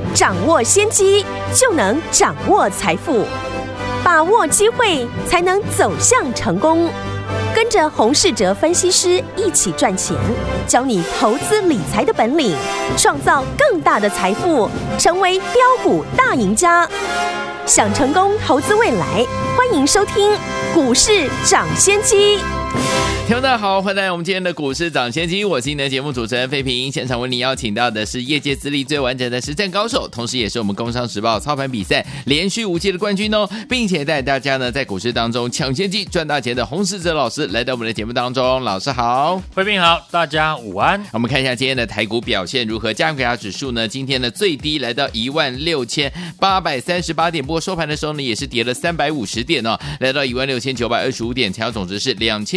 掌握先机，就能掌握财富。把握机会，才能走向成功。跟着洪士哲分析师一起赚钱，教你投资理财的本领，创造更大的财富，成为标股大赢家。想成功投资未来，欢迎收听股市涨先机。 听众大家好，欢迎来到我们今天的股市涨先机，我是你的节目主持人费平。现场为你邀请到的是业界资历最完整的实战高手，同时也是我们工商时报操盘比赛连续5届的冠军哦，并且带大家呢在股市当中抢先机赚大钱的洪士哲老师来到我们的节目当中。老师好。 费平好，大家午安。 我们看一下今天的台股表现如何。加权指数呢，今天的最低来到16838点，不过收盘的时候呢也是跌了350点哦，来到16925点，成交总值是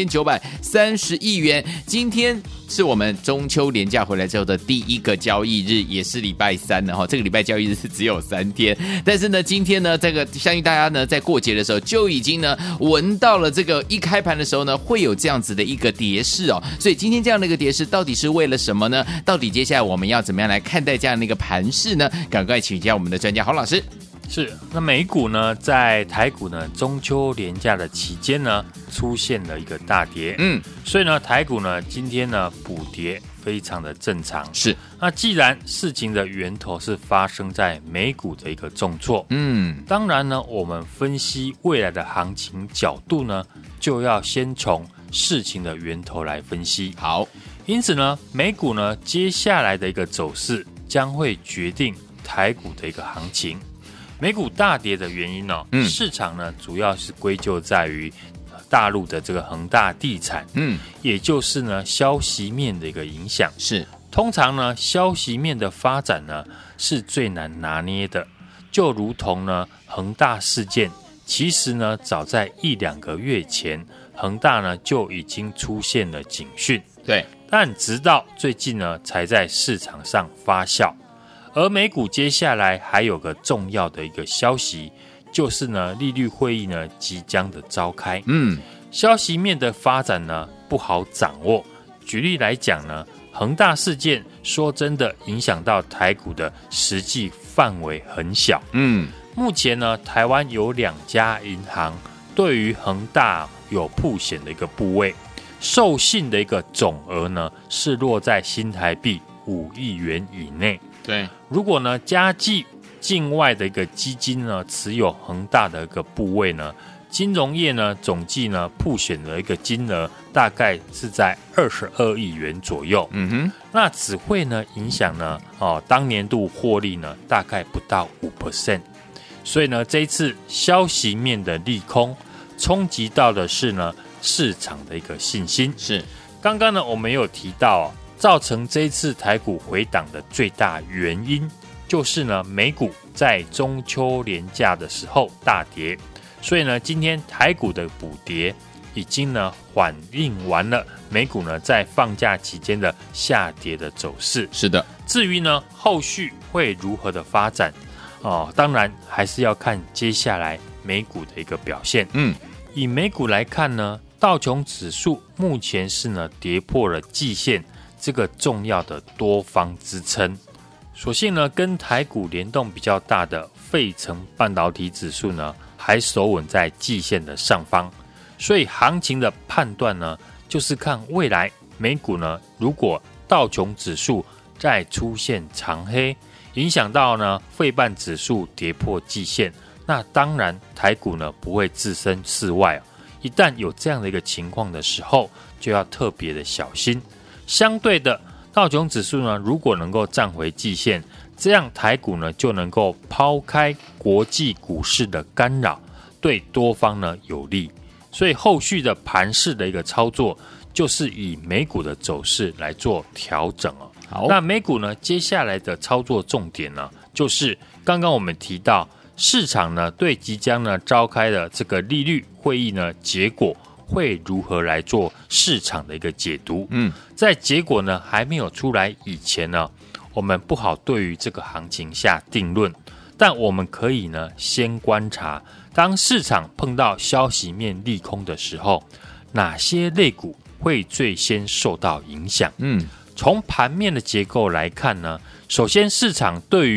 2930亿元。今天是我们中秋连假回来之后的第一个交易日，也是礼拜三了哈。这个礼拜交易日是只有3天，但是呢，今天呢，这个相信大家呢在过节的时候就已经呢闻到了这个一开盘的时候呢会有这样子的一个跌势哦。所以今天这样的一个跌势到底是为了什么呢？到底接下来我们要怎么样来看待这样的一个盘势呢？赶快请教我们的专家洪老师。 是，那美股呢，在台股呢中秋连假的期间呢，出现了一个大跌，所以呢，台股呢今天呢补跌非常的正常。是，那既然事情的源头是发生在美股的一个重挫，当然呢，我们分析未来的行情角度呢，就要先从事情的源头来分析。好，因此呢，美股呢接下来的一个走势将会决定台股的一个行情。美股大跌的原因呢，市场呢主要是归咎在于大陆的这个恒大地产，也就是呢消息面的一个影响。是，通常呢消息面的发展呢是最难拿捏的，就如同呢恒大事件，其实呢早在1-2个月前，恒大呢就已经出现了警讯，对，但直到最近呢才在市场上发酵。而美股接下来还有个重要的一个消息，就是呢利率会议呢即将的召开。消息面的发展呢不好掌握。举例来讲呢，恒大事件说真的影响到台股的实际范围很小。目前呢台湾有2家银行对于恒大有曝险的一个部位，授信的一个总额呢是落在新台币5亿元以内。对，如果呢加计境外的一个基金呢持有恒大的一个部位呢，金融业呢总计呢曝险的一个金额大概是在22亿元左右。那只会呢影响呢当年度获利呢大概不到 5%。所以呢这一次消息面的利空冲击到的是呢市场的一个信心。是，刚刚呢我们有提到造成这一次台股回档的最大原因，就是呢美股在中秋连假的时候大跌，所以呢今天台股的补跌已经呢反映完了美股呢在放假期间的下跌的走势。是的，至于呢后续会如何的发展当然还是要看接下来美股的一个表现。以美股来看呢，道琼指数目前是呢跌破了季线这个重要的多方支撑，所幸呢跟台股联动比较大的费城半导体指数呢还守稳在季线的上方，所以行情的判断呢就是看未来美股呢如果道琼指数再出现长黑，影响到呢费半指数跌破季线，那当然台股呢不会置身事外一旦有这样的一个情况的时候，就要特别的小心。相对的，道琼指数呢如果能够站回季线，这样台股呢就能够抛开国际股市的干扰，对多方呢有利。所以后续的盘势的一个操作，就是以美股的走势来做调整好，那美股呢接下来的操作重点呢，就是刚刚我们提到市场呢对即将呢召开的这个利率会议呢结果会如何来做市场的一个解读。在结果呢还没有出来以前呢，我们不好对于这个行情下定论，但我们可以呢先观察，当市场碰到消息面利空的时候，哪些类股会最先受到影响。从盘面的结构来看呢，首先市场对于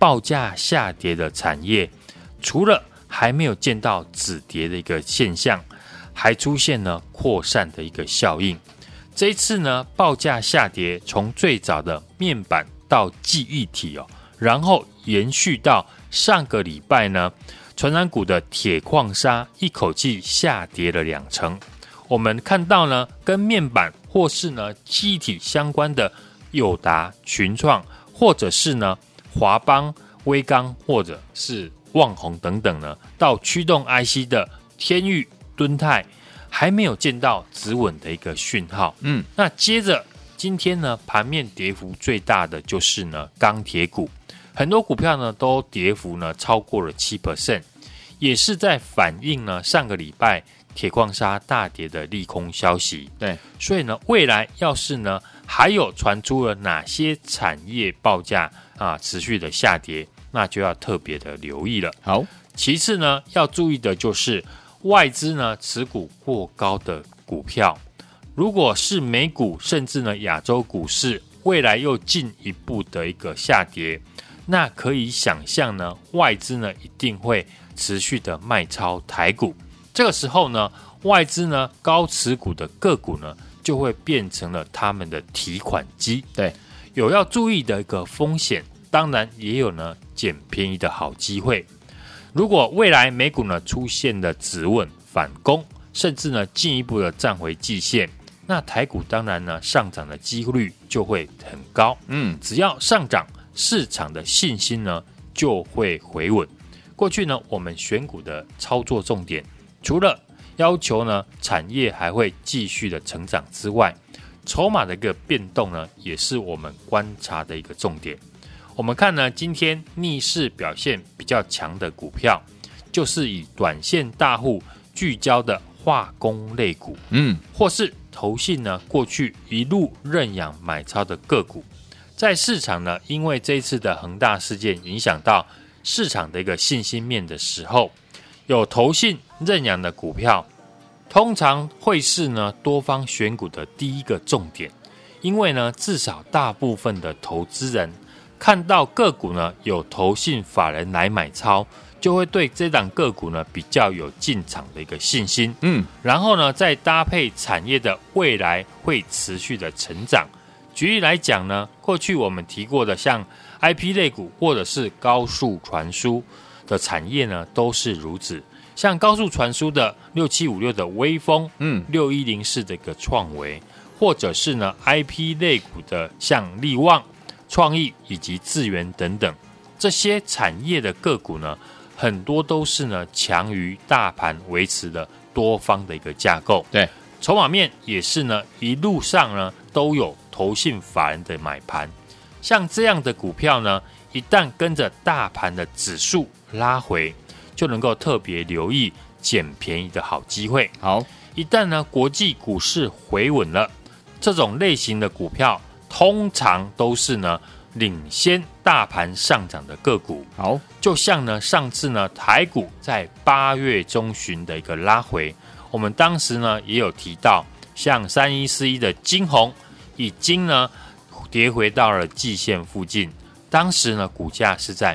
报价下跌的产业，除了还没有见到止跌的一个现象，还出现了扩散的一个效应。这一次呢，报价下跌从最早的面板到记忆体然后延续到上个礼拜呢，传产股的铁矿砂一口气下跌了2成。我们看到呢，跟面板或是呢记忆体相关的友达、群创，或者是呢华邦、威刚，或者是旺宏等等呢，到驱动 IC 的天钰、敦泰，还没有见到止稳的一个讯号。那接着今天呢，盘面跌幅最大的就是呢钢铁股，很多股票呢都跌幅呢超过了 7%， 也是在反映呢上个礼拜铁矿砂大跌的利空消息。 对， 所以呢，未来要是呢还有传出了哪些产业报价持续的下跌，那就要特别的留意了。 好， 其次呢，要注意的就是外资呢持股过高的股票，如果是美股甚至呢亚洲股市未来又进一步的一个下跌，那可以想象呢，外资呢一定会持续的卖超台股。这个时候呢，外资呢高持股的个股呢，就会变成了他们的提款机。 对， 有要注意的一个风险，当然也有呢捡便宜的好机会。如果未来美股呢出现了止稳反攻，甚至呢进一步的站回季线，那台股当然呢上涨的几率就会很高。只要上涨，市场的信心呢就会回稳。过去呢我们选股的操作重点，除了要求呢产业还会继续的成长之外，筹码的一个变动呢也是我们观察的一个重点。我们看呢，今天逆势表现比较强的股票，就是以短线大户聚焦的化工类股，或是投信呢过去一路认养买超的个股。在市场呢，因为这一次的恒大事件影响到市场的一个信心面的时候，有投信认养的股票，通常会是呢多方选股的第一个重点，因为呢至少大部分的投资人看到个股呢有投信法人来买超，就会对这档个股呢比较有进场的一个信心。然后呢再搭配产业的未来会持续的成长。举例来讲呢，过去我们提过的像 IP 类股或者是高速传输的产业呢都是如此。像高速传输的6756的微风，6104的一个创惟，或者是呢 IP 类股的像力旺、创意以及智原等等，这些产业的个股呢，很多都是呢强于大盘维持的多方的一个架构。 对， 筹码面也是呢一路上呢都有投信法人的买盘。像这样的股票呢，一旦跟着大盘的指数拉回，就能够特别留意捡便宜的好机会。 好， 一旦呢国际股市回稳了，这种类型的股票通常都是呢领先大盘上涨的个股。 好， 就像呢上次呢台股在8月中旬的一个拉回，我们当时呢也有提到，像3141的金鸿已经呢跌回到了季线附近，当时呢股价是在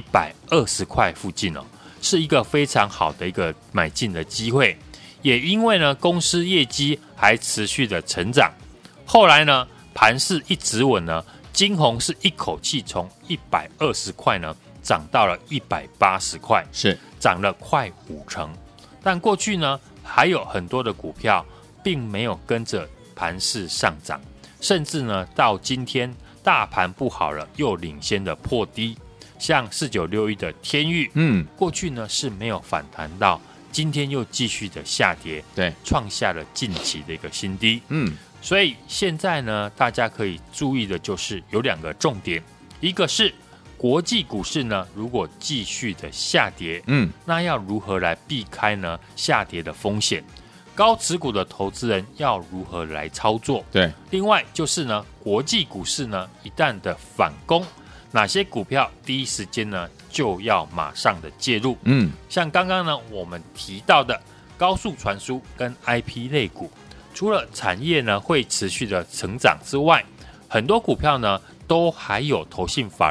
120块附近是一个非常好的一个买进的机会。也因为呢公司业绩还持续的成长，后来呢盘势一直稳呢，金鸿是一口气从120块呢涨到了180块， 是涨了快5成。但过去呢还有很多的股票并没有跟着盘势上涨，甚至呢到今天大盘不好了又领先的破低，像4961的天钰，过去呢是没有反弹到，今天又继续的下跌， 对， 创下了近期的一个新低。所以现在呢大家可以注意的就是有2个重点，一个是国际股市呢如果继续的下跌，那要如何来避开呢下跌的风险，高持股的投资人要如何来操作。 对， 另外就是呢国际股市呢一旦的反攻，哪些股票第一时间呢就要马上的介入。像刚刚呢我们提到的高速传输跟 IP 类股，除了产业呢会持续的成长之外，很多股票呢都还有投信法人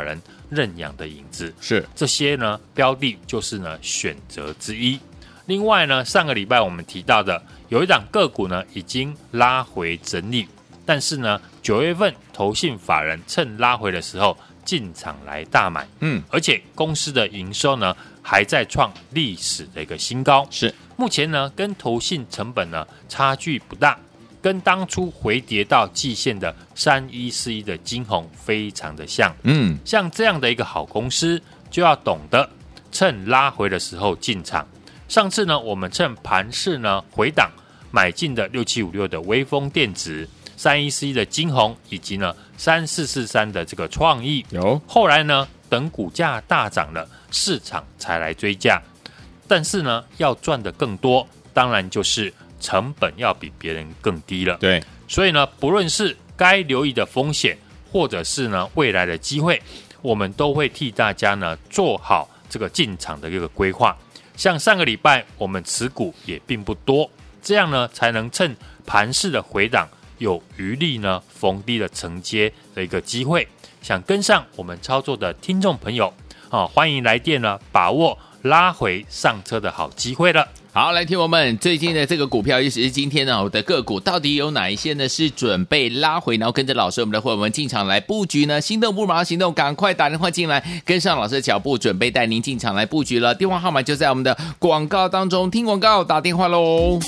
认养的影子， 是这些呢标的就是呢选择之一。另外呢，上个礼拜我们提到的有一档个股呢已经拉回整理，但是呢9月份投信法人趁拉回的时候进场来大买，而且公司的营收呢还在创历史的一个新高， 是目前呢跟投信成本呢差距不大，跟当初回跌到季线的3141的金鸿非常的像，像这样的一个好公司就要懂得趁拉回的时候进场。上次呢我们趁盘势呢回档买进的6756的微风电子、3141的金鸿以及呢3443的这个创意，后来呢等股价大涨了，市场才来追价。但是呢要赚得更多，当然就是成本要比别人更低了。 对， 所以呢不论是该留意的风险，或者是呢未来的机会，我们都会替大家呢做好这个进场的一个规划。像上个礼拜我们持股也并不多，这样呢才能趁盘势的回档有余力呢逢低的承接的一个机会。想跟上我们操作的听众朋友欢迎来电呢，把握拉回上车的好机会了。 好，来听我们最近的这个股票，尤其是今天呢，我的个股到底有哪一些呢？是准备拉回，然后跟着老师我们的伙伴们进场来布局呢？心动不如马上行动，赶快打电话进来，跟上老师的脚步，准备带您进场来布局了。电话号码就在我们的广告当中，听广告打电话喽。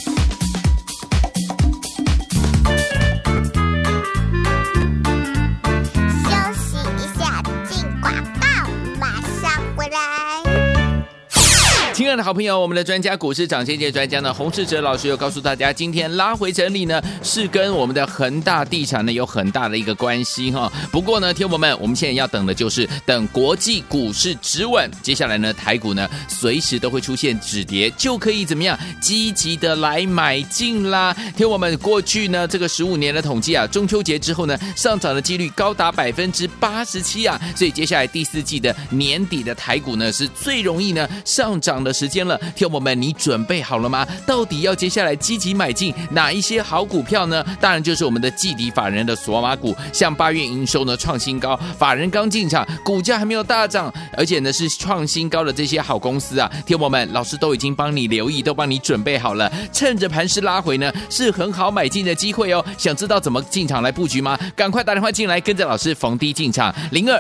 亲爱的好朋友，我们的专家股市涨先见专家呢，洪士哲老师又告诉大家，今天拉回整理呢，是跟我们的恒大地产呢有很大的一个关系哈。不过呢，听友们，我们现在要等的就是等国际股市止稳，接下来呢，台股呢随时都会出现止跌，就可以怎么样积极的来买进啦。听友们，过去呢这个15年的统计啊，中秋节之后呢，上涨的几率高达87%啊，所以接下来第4季的年底的台股呢，是最容易呢上涨的时间了。听友们，你准备好了吗？到底要接下来积极买进哪一些好股票呢？当然就是我们的季底法人的索马股，像8月营收呢创新高，法人刚进场，股价还没有大涨，而且呢是创新高的这些好公司啊，听友们，老师都已经帮你留意，都帮你准备好了，趁着盘势拉回呢，是很好买进的机会哦。想知道怎么进场来布局吗？赶快打电话进来，跟着老师逢低进场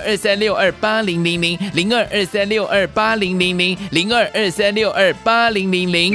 ，0223628000，0223628000，0223628000。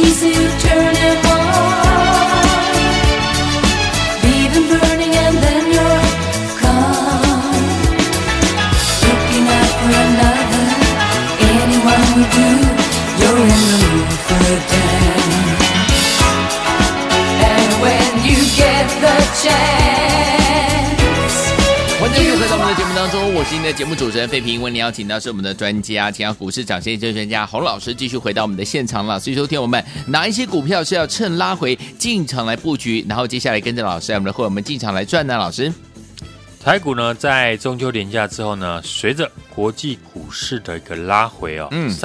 easy turning one, leave them burning and then you're gone. Looking out for another, anyone will do. You're in the mood for a dance, and when you get the chance. 欢迎继续回到我们的节目当中，我是您的节目主持人费平。为您邀请到是我们的专家，请到股市涨先见专家洪老师继续回到我们的现场了。所以说，听我们哪一些股票是要趁拉回进场来布局，然后接下来跟着老师，我们的会员们进场来赚呢？老师， 台股呢在中秋连假之后呢，随着国际股市的一个拉回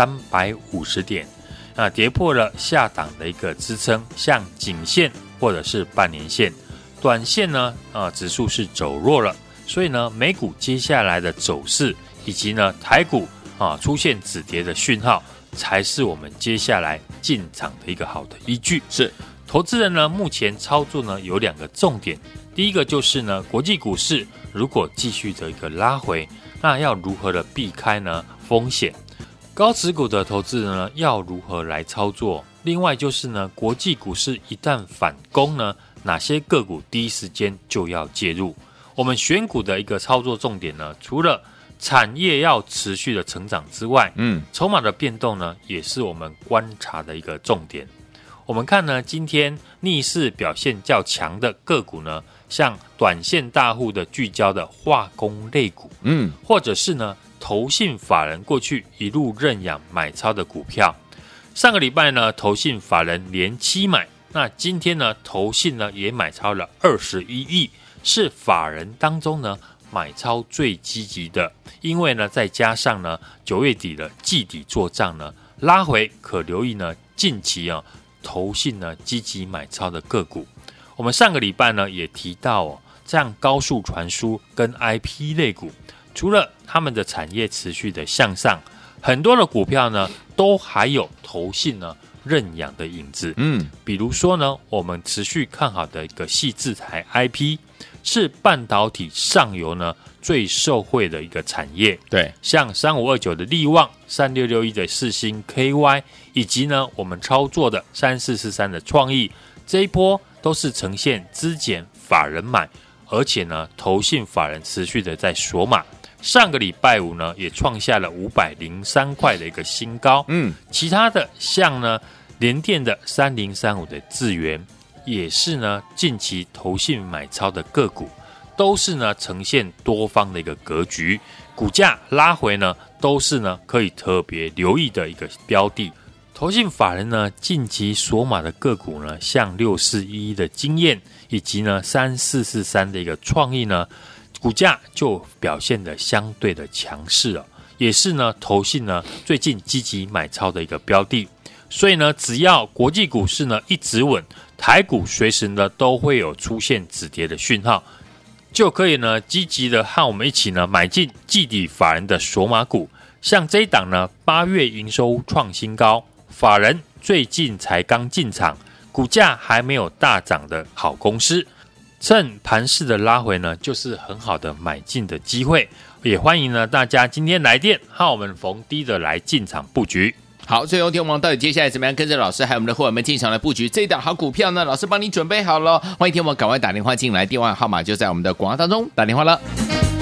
350点，跌破了下档的一个支撑，像颈线或者是半年线，短线呢指数是走弱了。所以呢，美股接下来的走势，以及呢台股出现止跌的讯号，才是我们接下来进场的一个好的依据。 是， 投资人呢目前操作呢有2个重点，第一个就是呢国际股市如果继续的一个拉回，那要如何的避开呢风险？高持股的投资人呢要如何来操作？另外就是呢国际股市一旦反攻呢，哪些个股第一时间就要介入？我们选股的一个操作重点呢，除了产业要持续的成长之外，筹码的变动呢，也是我们观察的一个重点。我们看呢，今天逆势表现较强的个股呢，像短线大户的聚焦的化工类股，或者是呢投信法人过去一路认养买超的股票。上个礼拜呢，投信法人连7买，那今天呢，投信呢也买超了21亿。是法人当中呢买超最积极的，因为呢再加上呢9月底的季底作账呢拉回，可留意呢近期投信呢积极买超的个股。我们上个礼拜呢也提到像高速传输跟 IP 类股，除了他们的产业持续的向上，很多的股票呢都还有投信呢认养的影子。比如说呢我们持续看好的一个矽智财 IP，是半导体上游呢最受惠的一个产业， 对，像 3529的力旺、3661的世芯 KY， 以及呢我们操作的3443的创意，这一波都是呈现资减法人买，而且呢投信法人持续的在锁码。上个礼拜五呢也创下了503块的一个新高。其他的像呢联电的3035的智原，也是呢近期投信买超的个股，都是呢呈现多方的一个格局，股价拉回呢都是呢可以特别留意的一个标的。投信法人呢近期锁码的个股呢，像6411的经验，以及呢3443的一个创意呢，股价就表现得相对的强势了，也是呢投信呢最近积极买超的一个标的。所以呢，只要国际股市呢一直稳，台股随时呢都会有出现止跌的讯号，就可以呢积极的和我们一起呢买进季底法人的锁码股。像这一档呢8月营收创新高，法人最近才刚进场，股价还没有大涨的好公司，趁盘势的拉回呢，就是很好的买进的机会。也欢迎呢大家今天来电和我们逢低的来进场布局。 好，最后天王到底接下来怎么样跟着老师还有我们的伙伴们进场来布局这一档好股票呢？老师帮你准备好了，欢迎天王赶快打电话进来，电话号码就在我们的广告当中，打电话了。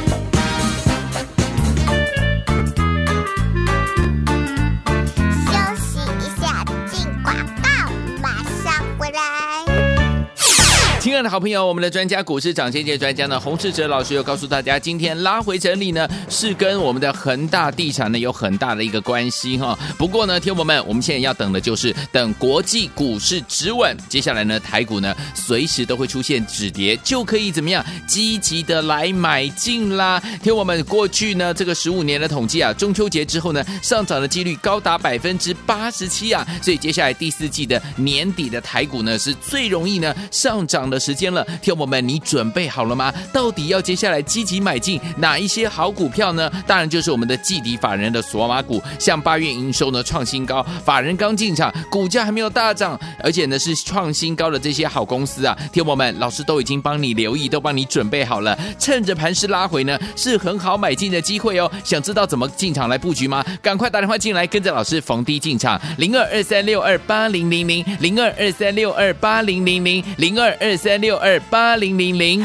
亲爱的好朋友，我们的专家股市涨先见专家呢洪士哲老师又告诉大家，今天拉回整理呢是跟我们的恒大地产呢有很大的一个关系哈。不过呢，听友们，我们现在要等的就是等国际股市止稳，接下来呢台股呢随时都会出现止跌，就可以怎么样积极的来买进啦。听友们，过去呢这个15年的统计啊，中秋节之后呢上涨的几率高达87%啊，所以接下来第4季的年底的台股呢是最容易呢上涨的时间了，听众朋友们，你准备好了吗？到底要接下来积极买进哪一些好股票呢？当然就是我们的季底法人的索马股，像8月营收呢创新高，法人刚进场，股价还没有大涨，而且呢是创新高的这些好公司啊，听众朋友们，老师都已经帮你留意，都帮你准备好了，趁着盘势拉回呢，是很好买进的机会哦。想知道怎么进场来布局吗？赶快打电话进来，跟着老师逢低进场，0223628000，0223628000，0223628000。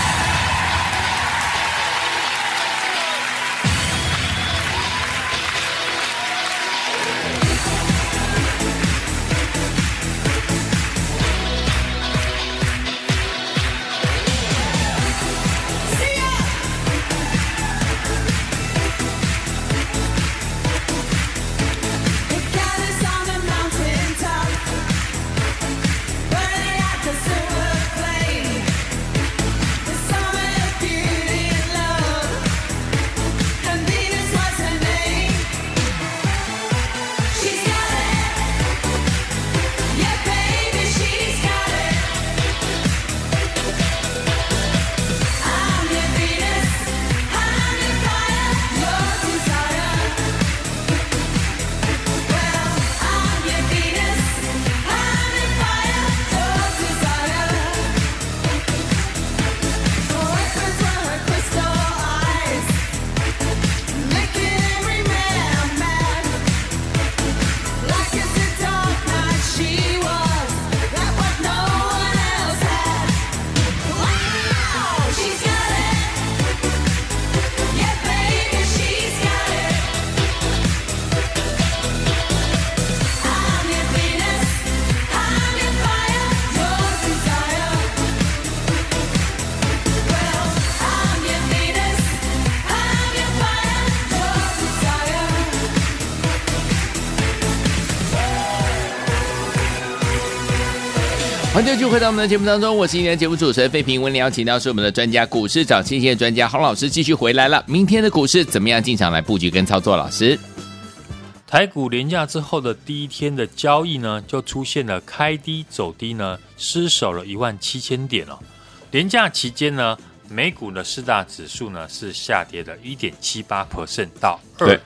欢迎继续回到我们的节目当中，我是今天的节目主持人费平。为您邀请到是我们的专家股市涨新鲜的专家洪老师继续回来了。明天的股市怎么样进场来布局跟操作？老师， 台股连假之后的第一天的交易呢，就出现了开低走低呢，失守了17000点哦。连假期间呢，美股的四大指数呢是下跌了 1.78% 到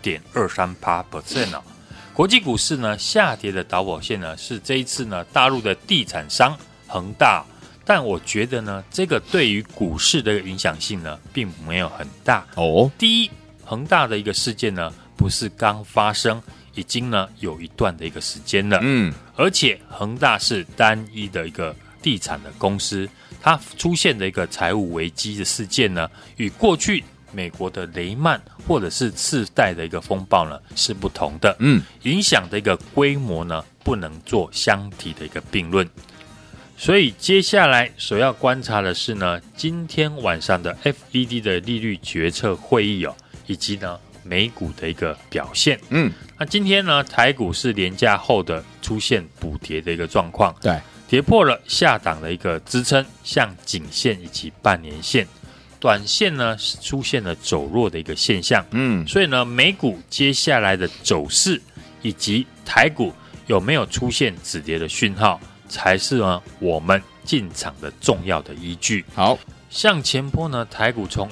2.23% 哦。国际股市呢下跌的导火线呢是这一次呢大陆的地产商恒大，但我觉得呢这个对于股市的影响性呢并没有很大哦。第一，恒大的一个事件呢不是刚发生，已经呢有一段的一个时间了，而且恒大是单一的一个地产的公司，它出现的一个财务危机的事件呢，与过去美国的雷曼或者是次贷的一个风暴呢是不同的，影响的一个规模呢不能做相提的一个并论。所以接下来所要观察的是呢，今天晚上的 FED 的利率决策会议哦，以及呢美股的一个表现。那今天呢台股是连假后的出现补跌的一个状况，对，跌破了下档的一个支撑，像颈线以及半年线。短线呢是出现了走弱的一个现象，所以呢美股接下来的走势以及台股有没有出现止跌的讯号，才是呢我们进场的重要的依据。好，向前波呢，台股从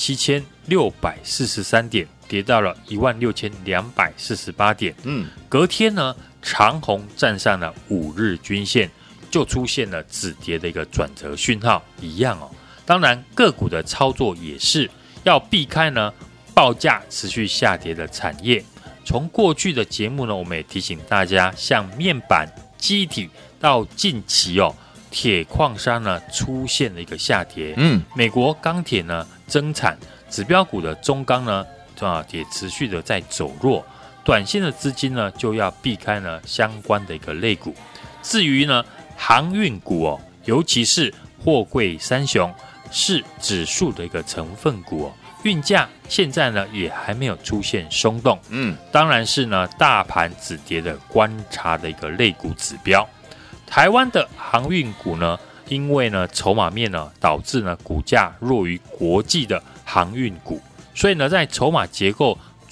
17643点跌到了16248点，隔天呢长红站上了5日均线，就出现了止跌的一个转折讯号，一样哦。当然个股的操作也是要避开呢报价持续下跌的产业。从过去的节目呢，我们也提醒大家，像面板、记忆体到近期哦，铁矿砂呢出现了一个下跌，美国钢铁呢增产，指标股的中钢呢也持续的在走弱，短线的资金呢就要避开呢相关的一个类股。至于呢航运股哦，尤其是货柜三雄，是指数的一个成分股哦，运价现在呢也还没有出现松动，当然是呢大盘止跌的观察的一个类股指标。台湾的航运股呢，因为呢筹码面呢导致呢股价弱于国际的航运股，所以呢在筹码结构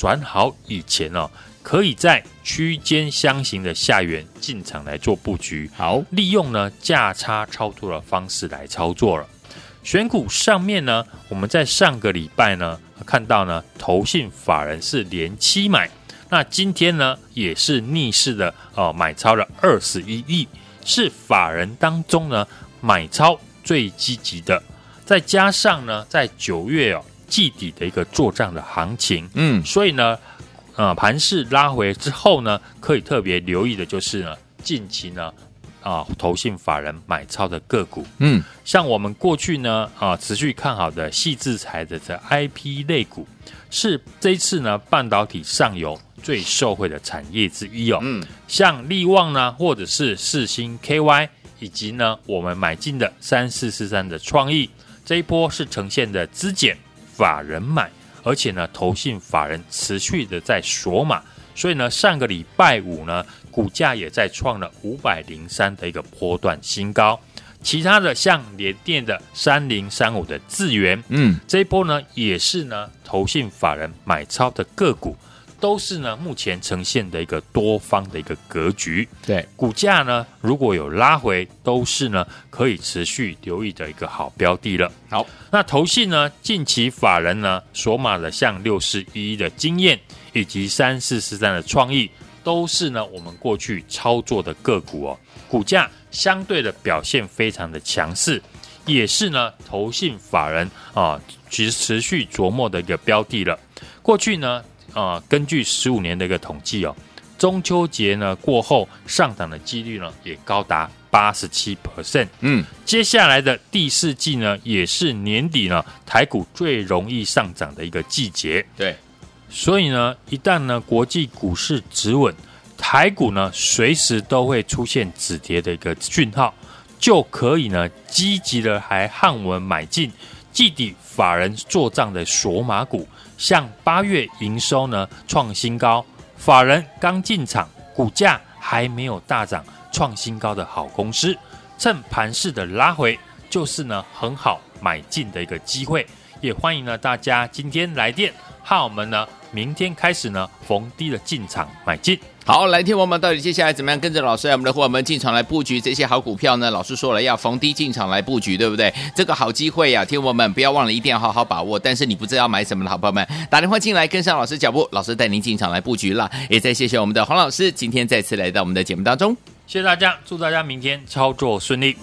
转好以前哦，可以在区间箱型的下缘进场来做布局。 好， 利用呢价差操作的方式来操作了。选股上面呢，我们在上个礼拜呢看到呢，投信法人是连七买，那今天呢也是逆势的买超了21亿，是法人当中呢买超最积极的。再加上呢，在9月季底的一个做账的行情，所以呢，盘势拉回之后呢，可以特别留意的就是呢，近期呢。投信法人买超的个股，像我们过去呢持续看好的矽智财的这 IP 类股，是这一次呢半导体上游最受惠的产业之一哦。像力旺呢，或者是世芯 KY， 以及呢我们买进的3443的创意，这一波是呈现的资减法人买，而且呢投信法人持续的在锁码。所以呢，上个礼拜五呢，股价也在创了503的一个波段新高。其他的像联电的3035的智原，这一波呢也是呢投信法人买超的个股，都是呢目前呈现的一个多方的一个格局。 对， 股价呢如果有拉回，都是呢可以持续留意的一个好标的了。好，那投信呢近期法人呢锁码了像611的经验。以及3443的创意，都是呢我们过去操作的个股哦，股价相对的表现非常的强势，也是呢投信法人其实持续琢磨的一个标的了。过去呢根据15年的一个统计哦，中秋节呢过后上涨的几率呢也高达87%。接下来的第4季呢也是年底呢台股最容易上涨的一个季节。 对。 所以呢，一旦呢国际股市止稳，台股呢随时都会出现止跌的一个讯号，就可以呢积极的还汉文买进季底法人做账的锁码股，像8月营收呢创新高，法人刚进场，股价还没有大涨，创新高的好公司，趁盘势的拉回，就是呢很好买进的一个机会。也欢迎呢大家今天来电，和我们呢明天开始呢逢低的进场买进。 好，来听我们到底接下来怎么样跟着老师我们的伙伴们进场来布局这些好股票呢？老师说了要逢低进场来布局，对不对？这个好机会啊，听我们不要忘了，一定要好好把握。但是你不知道要买什么的好朋友们，打电话进来跟上老师脚步，老师带您进场来布局了。也再谢谢我们的黄老师今天再次来到我们的节目当中， 谢谢大家，祝大家明天操作顺利。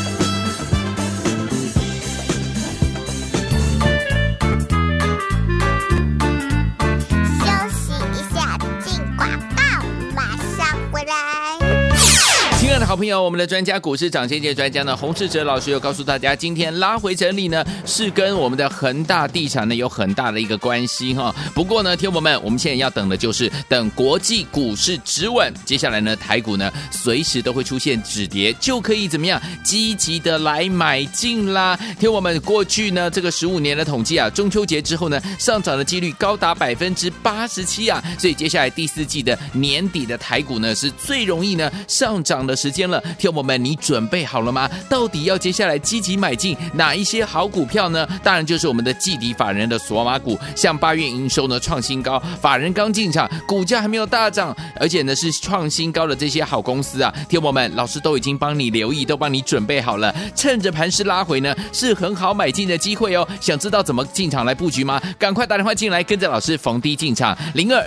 好朋友，我们的专家股市涨先见专家呢，洪士哲老师又告诉大家，今天拉回整理呢，是跟我们的恒大地产呢有很大的一个关系哈。不过呢，听友们，我们现在要等的就是等国际股市止稳，接下来呢，台股呢随时都会出现止跌，就可以怎么样积极的来买进啦。听我们过去呢这个15年的统计啊，中秋节之后呢，上涨的几率高达87%啊，所以接下来第4季的年底的台股呢是最容易呢上涨的时间了。听友们，你准备好了吗？到底要接下来积极买进哪一些好股票呢？当然就是我们的季底法人的锁码股，像8月营收呢创新高，法人刚进场，股价还没有大涨，而且呢是创新高的这些好公司啊，听友们，老师都已经帮你留意，都帮你准备好了，趁着盘势拉回呢，是很好买进的机会哦。想知道怎么进场来布局吗？赶快打电话进来，跟着老师逢低进场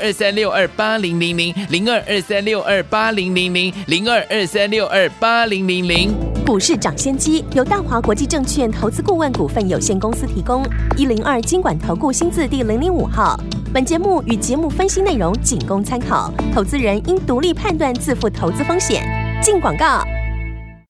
，0223628000，0223628000，0223628000。 股市涨先机由大华国际证券投资顾问股份有限公司提供，102金管投顾新字第005号。本节目与节目分析内容仅供参考，投资人应独立判断，自负投资风险。进广告。